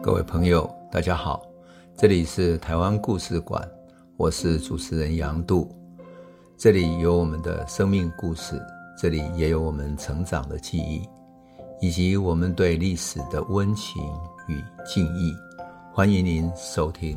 各位朋友大家好，这里是台湾故事馆，我是主持人杨度。这里有我们的生命故事，这里也有我们成长的记忆，以及我们对历史的温情与敬意。欢迎您收听。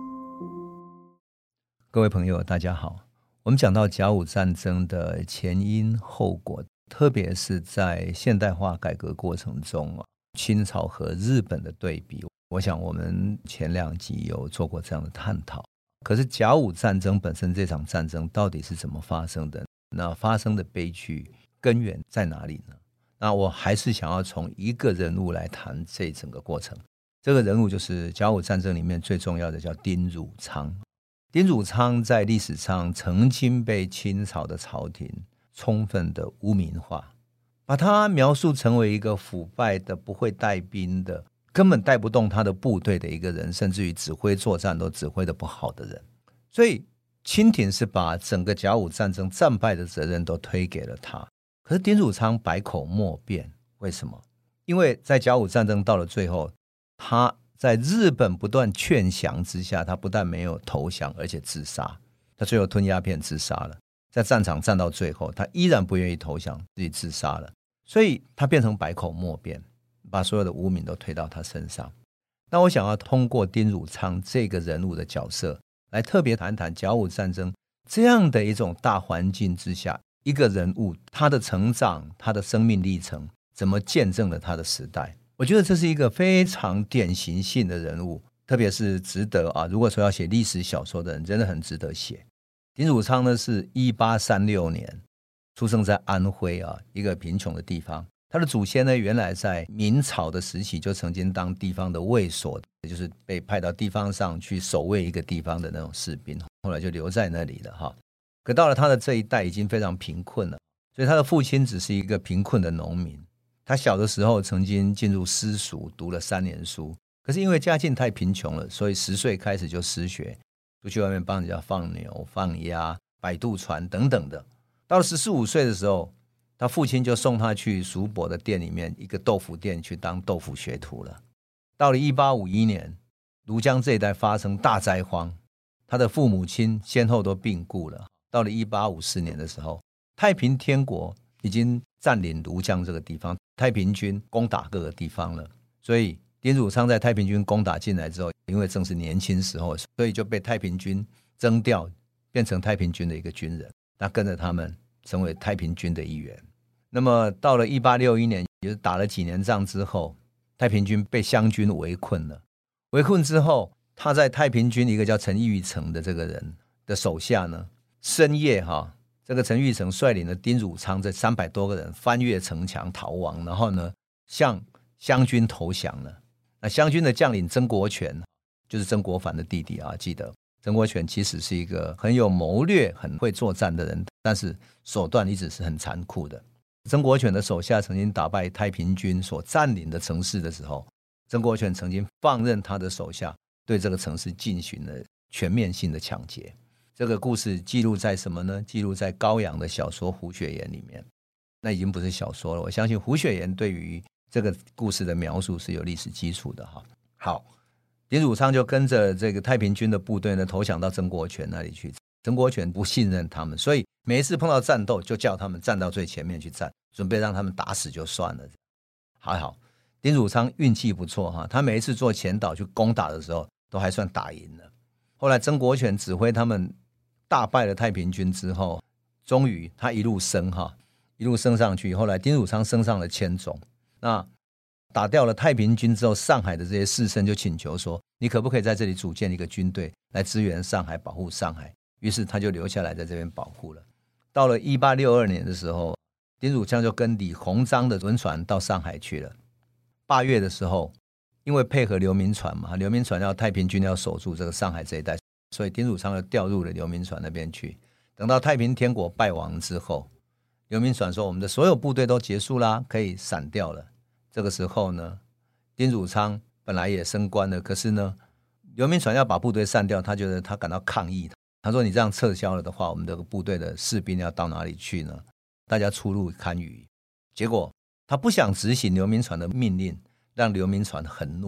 各位朋友大家好，我们讲到甲午战争的前因后果，特别是在现代化改革过程中清朝和日本的对比，我想我们前2集有做过这样的探讨。可是甲午战争本身这场战争到底是怎么发生的？那发生的悲剧根源在哪里呢？那我还是想要从一个人物来谈这整个过程。这个人物就是甲午战争里面最重要的，叫丁汝昌。丁汝昌在历史上曾经被清朝的朝廷充分的污名化，把他描述成为一个腐败的、不会带兵的、根本带不动他的部队的一个人，甚至于指挥作战都指挥得不好的人。所以清廷是把整个甲午战争战败的责任都推给了他。可是丁汝昌百口莫辩，为什么？因为在甲午战争到了最后，他在日本不断劝降之下，他不但没有投降，而且自杀。他最后吞鸦片自杀了，在战场战到最后，他依然不愿意投降，自己自杀了。所以他变成百口莫辩，把所有的污名都推到他身上。那我想要通过丁汝昌这个人物的角色，来特别谈谈甲午战争这样的一种大环境之下，一个人物他的成长，他的生命历程怎么见证了他的时代。我觉得这是一个非常典型性的人物，特别是值得如果说要写历史小说的人，真的很值得写。丁汝昌呢是1836年出生在安徽一个贫穷的地方。他的祖先呢原来在明朝的时期就曾经当地方的卫所，就是被派到地方上去守卫一个地方的那种士兵，后来就留在那里了可到了他的这一代已经非常贫困了，所以他的父亲只是一个贫困的农民。他小的时候曾经进入私塾读了3年书，可是因为家境太贫穷了，所以10岁开始就失学，出去外面帮人家放牛放鸭摆渡船等等的。到了14、15岁的时候，他父亲就送他去叔伯的店里面一个豆腐店去当豆腐学徒了。到了1851年，庐江这一带发生大灾荒，他的父母亲先后都病故了。到了1854年的时候，太平天国已经占领庐江这个地方，太平军攻打各个地方了。所以丁汝昌在太平军攻打进来之后，因为正是年轻时候，所以就被太平军征调，变成太平军的一个军人，他跟着他们成为太平军的一员。那么到了1861年，也就是打了几年仗之后，太平军被湘军围困了。围困之后，他在太平军一个叫陈玉成的这个人的手下呢，深夜这个陈玉成率领了丁汝昌这300多个人翻越城墙逃亡，然后呢向湘军投降了。那湘军的将领曾国荃就是曾国藩的弟弟记得曾国荃其实是一个很有谋略很会作战的人，但是手段一直是很残酷的。曾国荃的手下曾经打败太平军所占领的城市的时候，曾国荃曾经放任他的手下对这个城市进行了全面性的抢劫。这个故事记录在什么呢？记录在高阳的小说《胡雪岩》里面。那已经不是小说了，我相信胡雪岩对于这个故事的描述是有历史基础的好，丁汝昌就跟着这个太平军的部队呢投降到曾国荃那里去。曾国荃不信任他们，所以每一次碰到战斗就叫他们站到最前面去战，准备让他们打死就算了。好，丁汝昌运气不错他每一次做前导去攻打的时候都还算打赢了。后来曾国荃指挥他们大败了太平军之后，终于他一路升上去。后来丁汝昌升上了千总。那打掉了太平军之后，上海的这些士绅就请求说，你可不可以在这里组建一个军队来支援上海，保护上海。于是他就留下来在这边保护了。到了1862年的时候，丁汝昌就跟李鸿章的轮船到上海去了。8月的时候，因为配合刘铭传嘛，刘铭传要太平军要守住这个上海这一带，所以丁汝昌就调入了刘铭传那边去。等到太平天国败亡之后，刘铭传说我们的所有部队都结束啦，可以散掉了。这个时候呢，丁汝昌本来也升官了，可是呢，刘铭传要把部队散掉，他觉得他感到抗议。他说你这样撤销了的话，我们的部队的士兵要到哪里去呢？大家出入堪虞。结果他不想执行刘铭传的命令，让刘铭传很怒，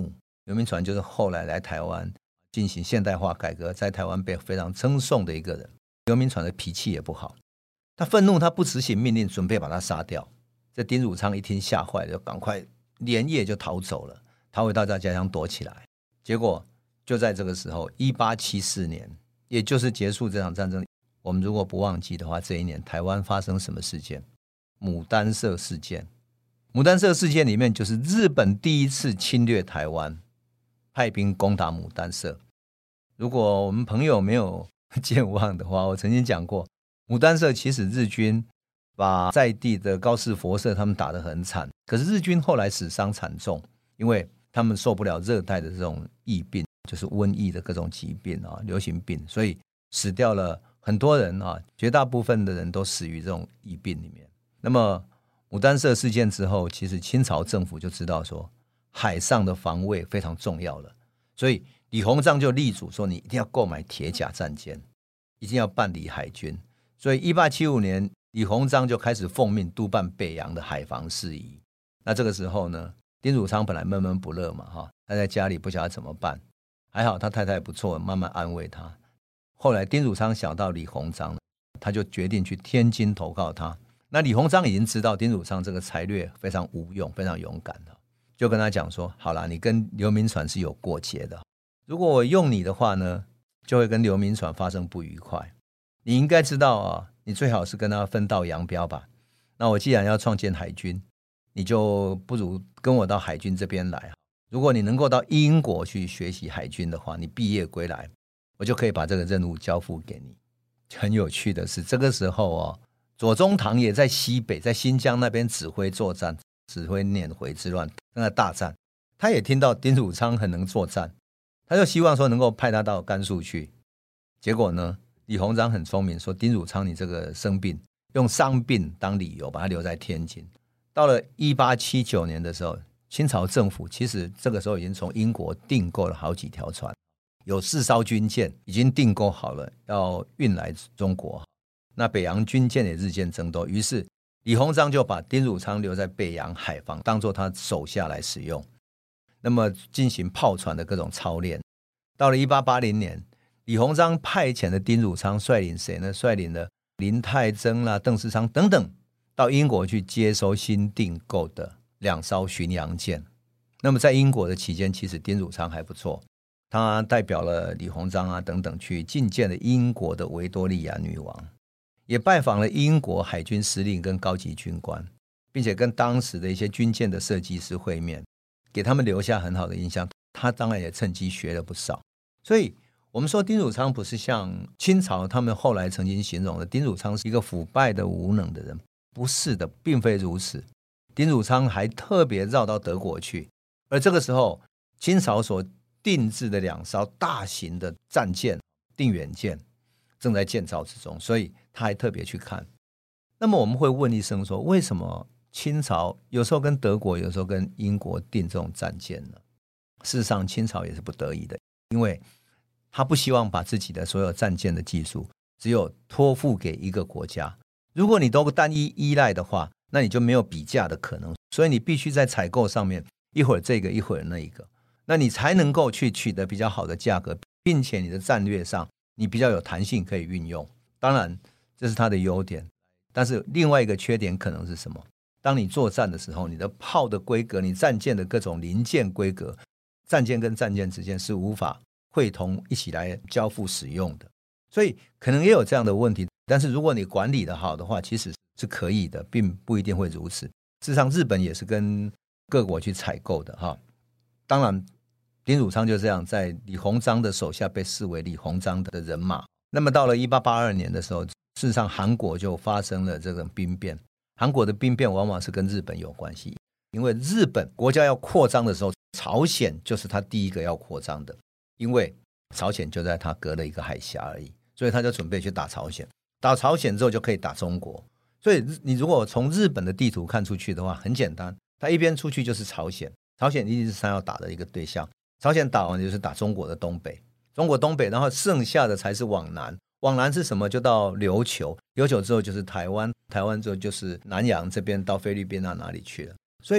刘铭传就是后来来台湾进行现代化改革，在台湾被非常称颂的一个人。刘铭传的脾气也不好，他愤怒，他不执行命令，准备把他杀掉。这丁汝昌一听吓坏了，就赶快连夜就逃走了，逃回到他家乡躲起来。结果就在这个时候1874年，也就是结束这场战争，我们如果不忘记的话，这一年台湾发生什么事件？牡丹社事件。牡丹社事件里面就是日本第一次侵略台湾，派兵攻打牡丹社。如果我们朋友没有健忘的话，我曾经讲过，牡丹社其实日军把在地的高士佛社他们打得很惨，可是日军后来死伤惨重，因为他们受不了热带的这种疫病，就是瘟疫的各种疾病流行病，所以死掉了很多人绝大部分的人都死于这种疫病里面。那么牡丹社事件之后，其实清朝政府就知道说海上的防卫非常重要了，所以李鸿章就力主说你一定要购买铁甲战舰，一定要办理海军。所以1875年李鸿章就开始奉命督办北洋的海防事宜。那这个时候呢，丁汝昌本来闷闷不乐嘛，他在家里不晓得怎么办，还好他太太不错，慢慢安慰他。后来丁汝昌想到李鸿章，他就决定去天津投靠他。那李鸿章已经知道丁汝昌这个才略非常无用，非常勇敢的，就跟他讲说，好啦，你跟刘铭传是有过节的，如果我用你的话呢，就会跟刘铭传发生不愉快。你应该知道你最好是跟他分道扬镳吧。那我既然要创建海军，你就不如跟我到海军这边来。如果你能够到英国去学习海军的话，你毕业归来，我就可以把这个任务交付给你。很有趣的是，这个时候左宗棠也在西北，在新疆那边指挥作战，指挥捻回之乱，正在大战。他也听到丁汝昌很能作战，他就希望说能够派他到甘肃去。结果呢，李鸿章很聪明，说丁汝昌你这个生病，用伤病当理由把他留在天津。到了1879年的时候，清朝政府其实这个时候已经从英国订购了好几条船，有4艘军舰已经订购好了，要运来中国。那北洋军舰也日渐增多，于是李鸿章就把丁汝昌留在北洋海防，当作他手下来使用，那么进行炮船的各种操练。到了1880年，李鸿章派遣的丁汝昌率领谁呢？率领了林泰曾啦、邓世昌等等，到英国去接收新订购的2艘巡洋舰。那么在英国的期间，其实丁汝昌还不错，他代表了李鸿章等等去觐见了英国的维多利亚女王，也拜访了英国海军司令跟高级军官，并且跟当时的一些军舰的设计师会面，给他们留下很好的印象。他当然也趁机学了不少。所以我们说丁汝昌不是像清朝他们后来曾经形容的丁汝昌是一个腐败的无能的人，不是的，并非如此。丁汝昌还特别绕到德国去，而这个时候清朝所定制的2艘大型的战舰定远舰正在建造之中，所以他还特别去看。那么我们会问一声说，为什么清朝有时候跟德国，有时候跟英国订这种战舰呢？事实上清朝也是不得已的，因为他不希望把自己的所有战舰的技术只有托付给一个国家，如果你都单一依赖的话，那你就没有比价的可能，所以你必须在采购上面一会儿这个一会儿那一个，那你才能够去取得比较好的价格，并且你的战略上你比较有弹性可以运用。当然这是它的优点，但是另外一个缺点可能是什么？当你作战的时候，你的炮的规格，你战舰的各种零件规格，战舰跟战舰之间是无法会同一起来交付使用的，所以可能也有这样的问题。但是如果你管理的好的话，其实是可以的，并不一定会如此。事实上日本也是跟各国去采购的当然丁汝昌就这样在李鸿章的手下被视为李鸿章的人马。那么到了1882年的时候，事实上韩国就发生了这种兵变。韩国的兵变往往是跟日本有关系，因为日本国家要扩张的时候，朝鲜就是他第一个要扩张的，因为朝鲜就在他隔了一个海峡而已，所以他就准备去打朝鲜。打朝鲜之后就可以打中国，所以你如果从日本的地图看出去的话，很简单，他一边出去就是朝鲜，朝鲜一定是他要打的一个对象，朝鲜打完就是打中国的东北，中国东北，然后剩下的才是往南。往南是什么？就到琉球，琉球之后就是台湾，台湾之后就是南洋这边到菲律宾哪里去了。所以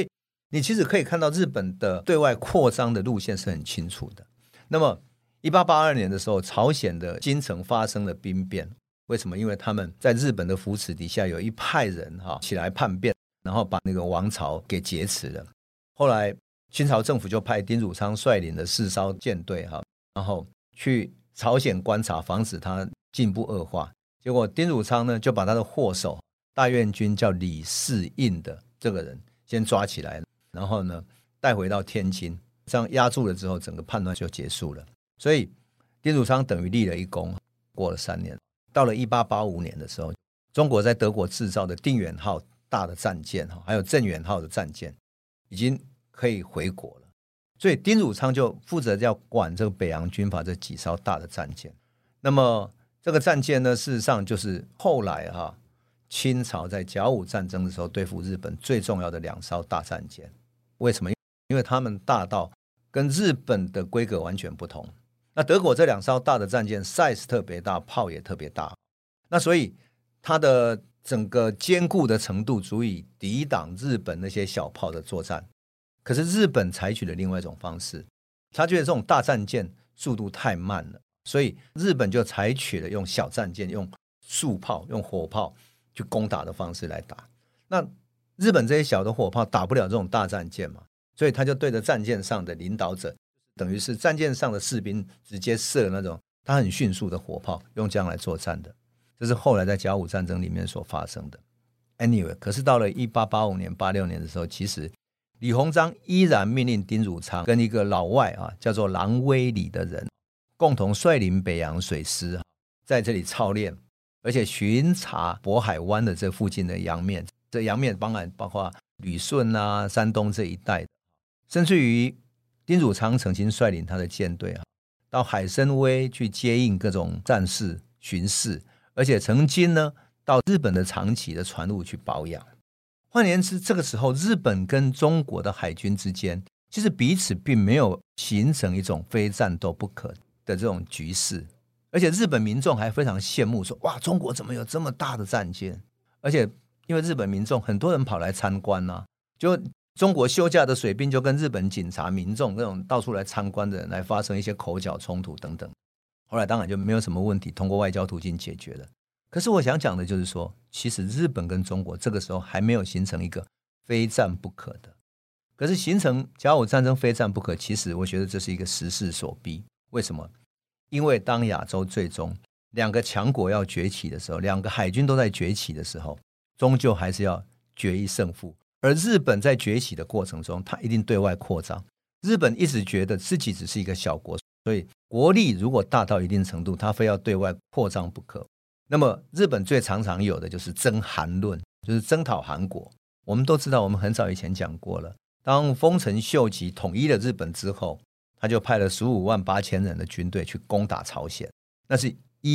你其实可以看到日本的对外扩张的路线是很清楚的。那么1882年的时候，朝鲜的京城发生了兵变，为什么？因为他们在日本的扶持底下，有一派人起来叛变，然后把那个王朝给劫持了。后来清朝政府就派丁汝昌率领的4艘舰队然后去朝鲜观察，防止他进一步恶化。结果丁汝昌呢，就把他的祸首大院军叫李世印的这个人先抓起来，然后呢带回到天津，这样压住了之后，整个叛乱就结束了。所以丁汝昌等于立了一功。过了3年，到了1885年的时候，中国在德国制造的定远号大的战舰，还有镇远号的战舰已经可以回国了。所以丁汝昌就负责要管这个北洋军阀这几艘大的战舰。那么这个战舰呢，事实上就是后来清朝在甲午战争的时候对付日本最重要的2艘大战舰。为什么？因为他们大到跟日本的规格完全不同。那德国这2艘大的战舰 size 特别大，炮也特别大，那所以它的整个坚固的程度足以抵挡日本那些小炮的作战。可是日本采取了另外一种方式，他觉得这种大战舰速度太慢了，所以日本就采取了用小战舰、用速炮、用火炮去攻打的方式来打。那日本这些小的火炮打不了这种大战舰嘛，所以他就对着战舰上的领导者，等于是战舰上的士兵直接射那种他很迅速的火炮，用这样来作战的。这是后来在甲午战争里面所发生的。 Anyway， 可是到了1885年86年的时候，其实李鸿章依然命令丁汝昌跟一个老外叫做郎威里的人共同率领北洋水师在这里操练，而且巡查渤海湾的这附近的洋面。这洋面当然包括旅顺山东这一带的，甚至于丁汝昌曾经率领他的舰队到海参崴去接应各种战事巡视，而且曾经呢到日本的长崎的船坞去保养。换言之，这个时候日本跟中国的海军之间其实彼此并没有形成一种非战斗不可的这种局势，而且日本民众还非常羡慕说，哇，中国怎么有这么大的战舰？而且因为日本民众很多人跑来参观就中国休假的水兵就跟日本警察民众那种到处来参观的人来发生一些口角冲突等等。后来当然就没有什么问题，通过外交途径解决了。可是我想讲的就是说，其实日本跟中国这个时候还没有形成一个非战不可的。可是形成甲午战争非战不可，其实我觉得这是一个时势所逼。为什么？因为当亚洲最终2个强国要崛起的时候，2个海军都在崛起的时候，终究还是要决一胜负。而日本在崛起的过程中，它一定对外扩张。日本一直觉得自己只是一个小国，所以国力如果大到一定程度，它非要对外扩张不可。那么日本最常有的就是征韩论，就是征讨韩国。我们都知道，我们很早以前讲过了，当丰臣秀吉统一了日本之后，他就派了15万8千人的军队去攻打朝鲜。那是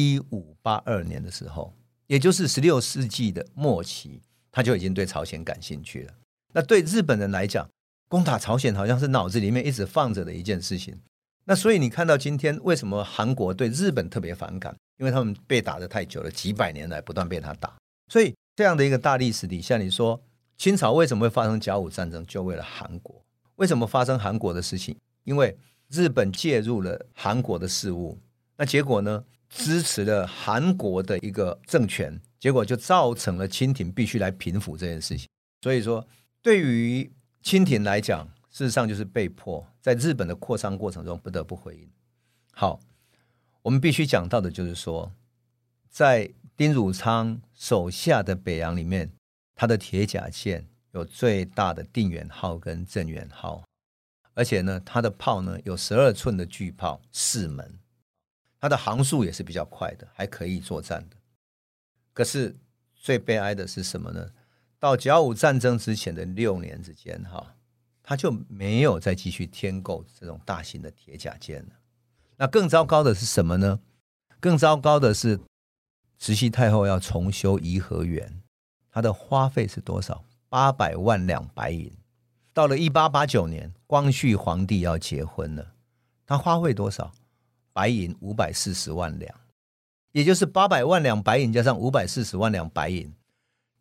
1582年的时候，也就是16世纪的末期，他就已经对朝鲜感兴趣了。那对日本人来讲，攻打朝鲜好像是脑子里面一直放着的一件事情。那所以你看到今天为什么韩国对日本特别反感，因为他们被打得太久了，几百年来不断被他打。所以这样的一个大历史底下，你说清朝为什么会发生甲午战争？就为了韩国。为什么发生韩国的事情？因为日本介入了韩国的事务，那结果呢，支持了韩国的一个政权，结果就造成了清廷必须来平抚这件事情。所以说对于清廷来讲，事实上就是被迫在日本的扩张过程中不得不回应。好，我们必须讲到的就是说，在丁汝昌手下的北洋里面，他的铁甲舰有最大的定远号跟镇远号，而且呢，他的炮呢有12寸的巨炮4门，他的航速也是比较快的，还可以作战的。可是最悲哀的是什么呢？到甲午战争之前的6年之间他就没有再继续添购这种大型的铁甲舰了。那更糟糕的是什么呢？更糟糕的是慈禧太后要重修颐和园，它的花费是多少？800万两白银。到了1889年，光绪皇帝要结婚了，他花费多少？白银540万两，也就是800万两白银加上540万两白银，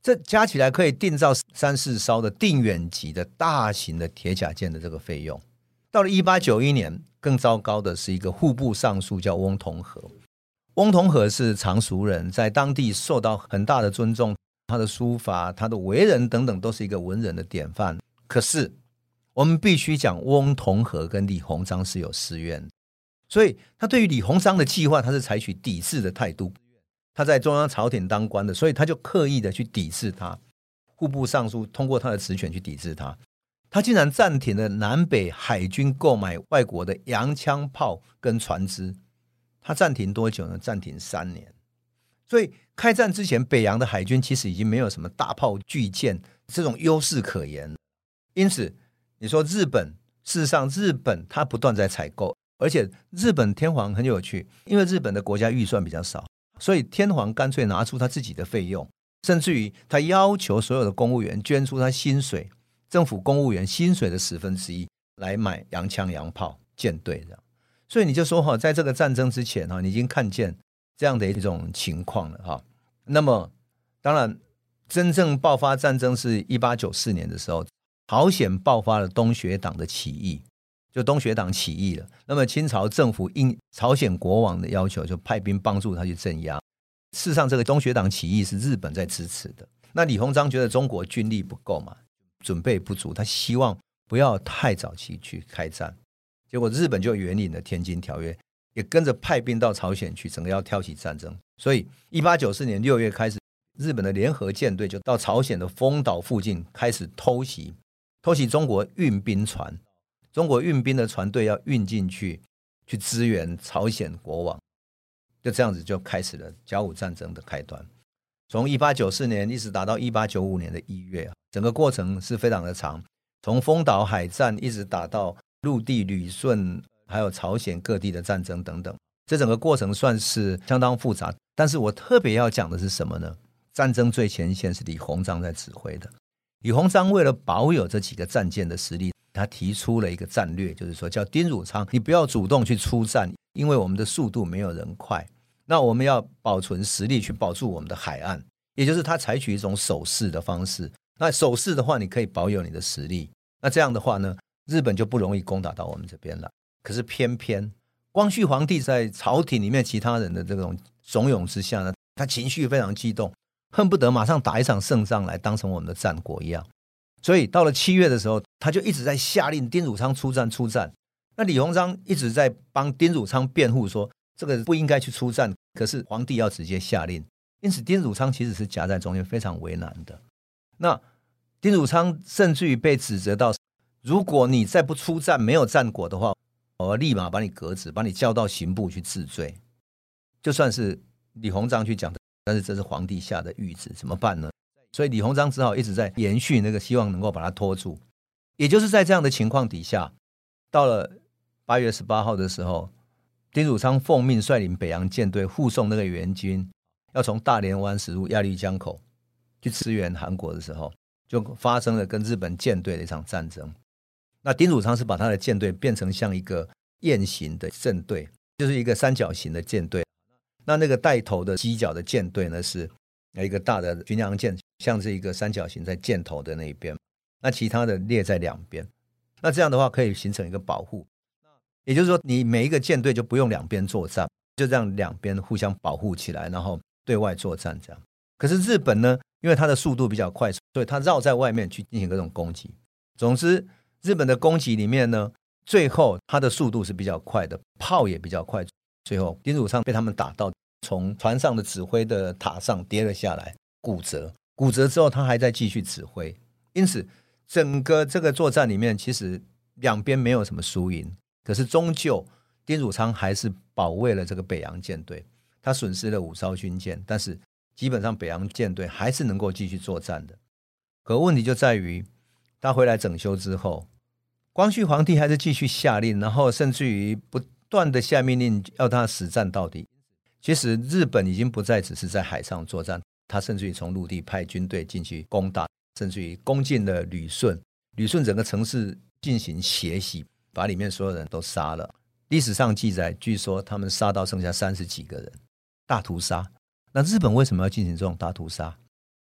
这加起来可以订造3-4艘的定远级的大型的铁甲舰的这个费用。到了1891年，更糟糕的是一个户部尚书叫翁同龢。翁同龢是常熟人，在当地受到很大的尊重，他的书法、他的为人等等都是一个文人的典范。可是我们必须讲，翁同龢跟李鸿章是有私怨的，所以他对于李鸿章的计划，他是采取抵制的态度。他在中央朝廷当官的，所以他就刻意的去抵制他。户部尚书通过他的职权去抵制他，他竟然暂停了南北海军购买外国的洋枪炮跟船只。他暂停多久呢？暂停3年。所以开战之前，北洋的海军其实已经没有什么大炮巨舰这种优势可言。因此你说日本，事实上日本它不断在采购，而且日本天皇很有趣，因为日本的国家预算比较少，所以天皇干脆拿出他自己的费用，甚至于他要求所有的公务员捐出他薪水，政府公务员薪水的1/10来买洋枪洋炮舰队。所以你就说在这个战争之前你已经看见这样的一种情况了。那么当然真正爆发战争是1894年的时候，朝鲜爆发了东学党的起义，就东学党起义了。那么清朝政府应朝鲜国王的要求，就派兵帮助他去镇压。事实上这个东学党起义是日本在支持的，那李鸿章觉得中国军力不够嘛，准备不足，他希望不要太早期去开战。结果日本就援引了天津条约，也跟着派兵到朝鲜去，整个要挑起战争。所以1894年6月开始，日本的联合舰队就到朝鲜的丰岛附近开始偷袭中国运兵船。中国运兵的船队要运进去支援朝鲜国王，就这样子就开始了甲午战争的开端。从1894年一直打到1895年的1月，整个过程是非常的长，从丰岛海战一直打到陆地、旅顺还有朝鲜各地的战争等等，这整个过程算是相当复杂。但是我特别要讲的是什么呢？战争最前线是李鸿章在指挥的。李鸿章为了保有这几个战舰的实力，他提出了一个战略，就是说叫丁汝昌，你不要主动去出战，因为我们的速度没有人快，那我们要保存实力去保住我们的海岸，也就是他采取一种守势的方式。那守势的话，你可以保有你的实力，那这样的话呢，日本就不容易攻打到我们这边来。可是偏偏光绪皇帝在朝廷里面其他人的这种怂恿之下呢，他情绪非常激动，恨不得马上打一场胜仗来当成我们的战果一样。所以到了7月的时候，他就一直在下令丁汝昌出战。那李鸿章一直在帮丁汝昌辩护说这个不应该去出战，可是皇帝要直接下令，因此丁汝昌其实是夹在中间，非常为难的。那丁汝昌甚至于被指责到，如果你再不出战，没有战果的话，我要立马把你革职，把你叫到刑部去治罪。就算是李鸿章去讲的，但是这是皇帝下的谕旨，怎么办呢？所以李鸿章只好一直在延续那个希望能够把他拖住。也就是在这样的情况底下，到了8月18号的时候，丁汝昌奉命率领北洋舰队护送那个援军要从大连湾驶入鸭绿江口去支援韩国的时候，就发生了跟日本舰队的一场战争。那丁汝昌是把他的舰队变成像一个雁形的阵队，就是一个三角形的舰队。那个带头的犄角的舰队呢，是一个大的巡洋舰，像是一个三角形在舰头的那一边，那其他的列在两边。那这样的话可以形成一个保护，也就是说你每一个舰队就不用两边作战，就这样两边互相保护起来，然后对外作战这样。可是日本呢，因为它的速度比较快，所以它绕在外面去进行各种攻击。总之日本的攻击里面呢，最后它的速度是比较快的，炮也比较快，最后丁汝昌被他们打到从船上的指挥的塔上跌了下来，骨折之后他还在继续指挥。因此整个这个作战里面其实两边没有什么输赢，可是终究丁汝昌还是保卫了这个北洋舰队，他损失了5艘军舰，但是基本上北洋舰队还是能够继续作战的。可问题就在于他回来整修之后，光绪皇帝还是继续下令，然后甚至于不断的下命令要他死战到底。其实日本已经不再只是在海上作战，他甚至于从陆地派军队进去攻打，甚至于攻进了旅顺整个城市进行血洗，把里面所有人都杀了。历史上记载，据说他们杀到剩下30几个人，大屠杀。那日本为什么要进行这种大屠杀？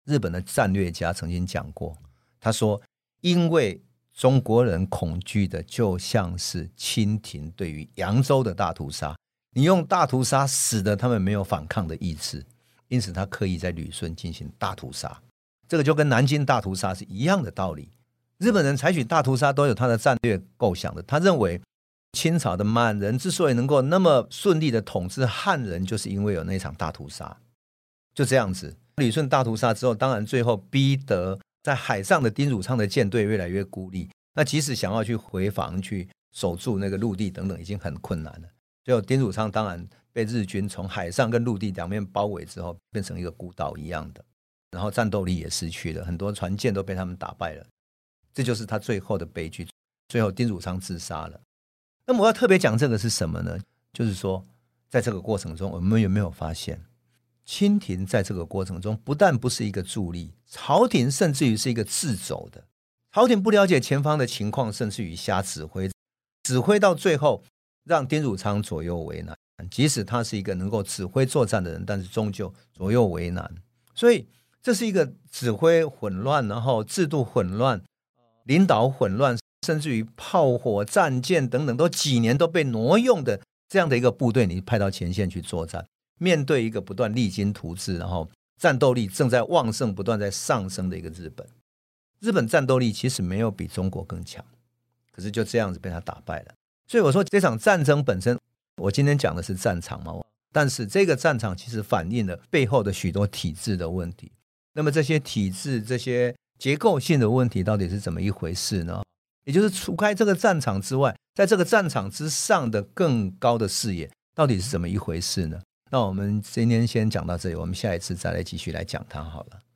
日本的战略家曾经讲过，他说因为中国人恐惧的就像是清廷对于扬州的大屠杀，你用大屠杀使得他们没有反抗的意志，因此他刻意在旅顺进行大屠杀。这个就跟南京大屠杀是一样的道理。日本人采取大屠杀都有他的战略构想的，他认为清朝的满人之所以能够那么顺利的统治汉人，就是因为有那场大屠杀。就这样子，旅顺大屠杀之后，当然最后逼得在海上的丁汝昌的舰队越来越孤立，那即使想要去回防去守住那个陆地等等已经很困难了。最后丁汝昌当然被日军从海上跟陆地两面包围之后，变成一个孤岛一样的，然后战斗力也失去了，很多船舰都被他们打败了。这就是他最后的悲剧，最后丁汝昌自杀了。那么我要特别讲这个是什么呢？就是说在这个过程中，我们有没有发现清廷在这个过程中不但不是一个助力，朝廷甚至于是一个自走的。朝廷不了解前方的情况，甚至于瞎指挥，指挥到最后让丁汝昌左右为难。即使他是一个能够指挥作战的人，但是终究左右为难。所以这是一个指挥混乱，然后制度混乱，领导混乱，甚至于炮火战舰等等都几年都被挪用的这样的一个部队，你派到前线去作战，面对一个不断励精图治，然后战斗力正在旺盛不断在上升的一个日本。日本战斗力其实没有比中国更强，可是就这样子被他打败了。所以我说这场战争本身，我今天讲的是战场嘛，但是这个战场其实反映了背后的许多体制的问题。那么这些体制这些结构性的问题到底是怎么一回事呢？也就是除开这个战场之外，在这个战场之上的更高的视野到底是怎么一回事呢？那我们今天先讲到这里，我们下一次再来继续来讲它好了。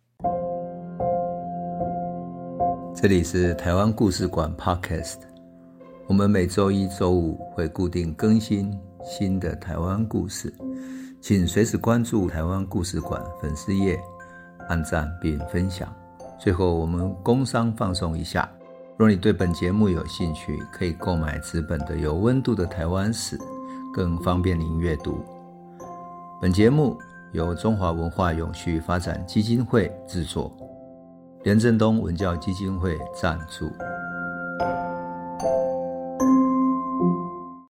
这里是台湾故事馆 Podcast， 我们每周一周五会固定更新新的台湾故事，请随时关注台湾故事馆粉丝页，按赞并分享。最后我们工商放送一下，若你对本节目有兴趣，可以购买纸本的有温度的台湾史，更方便您阅读。本节目由中华文化永续发展基金会制作，连震东文教基金会赞助。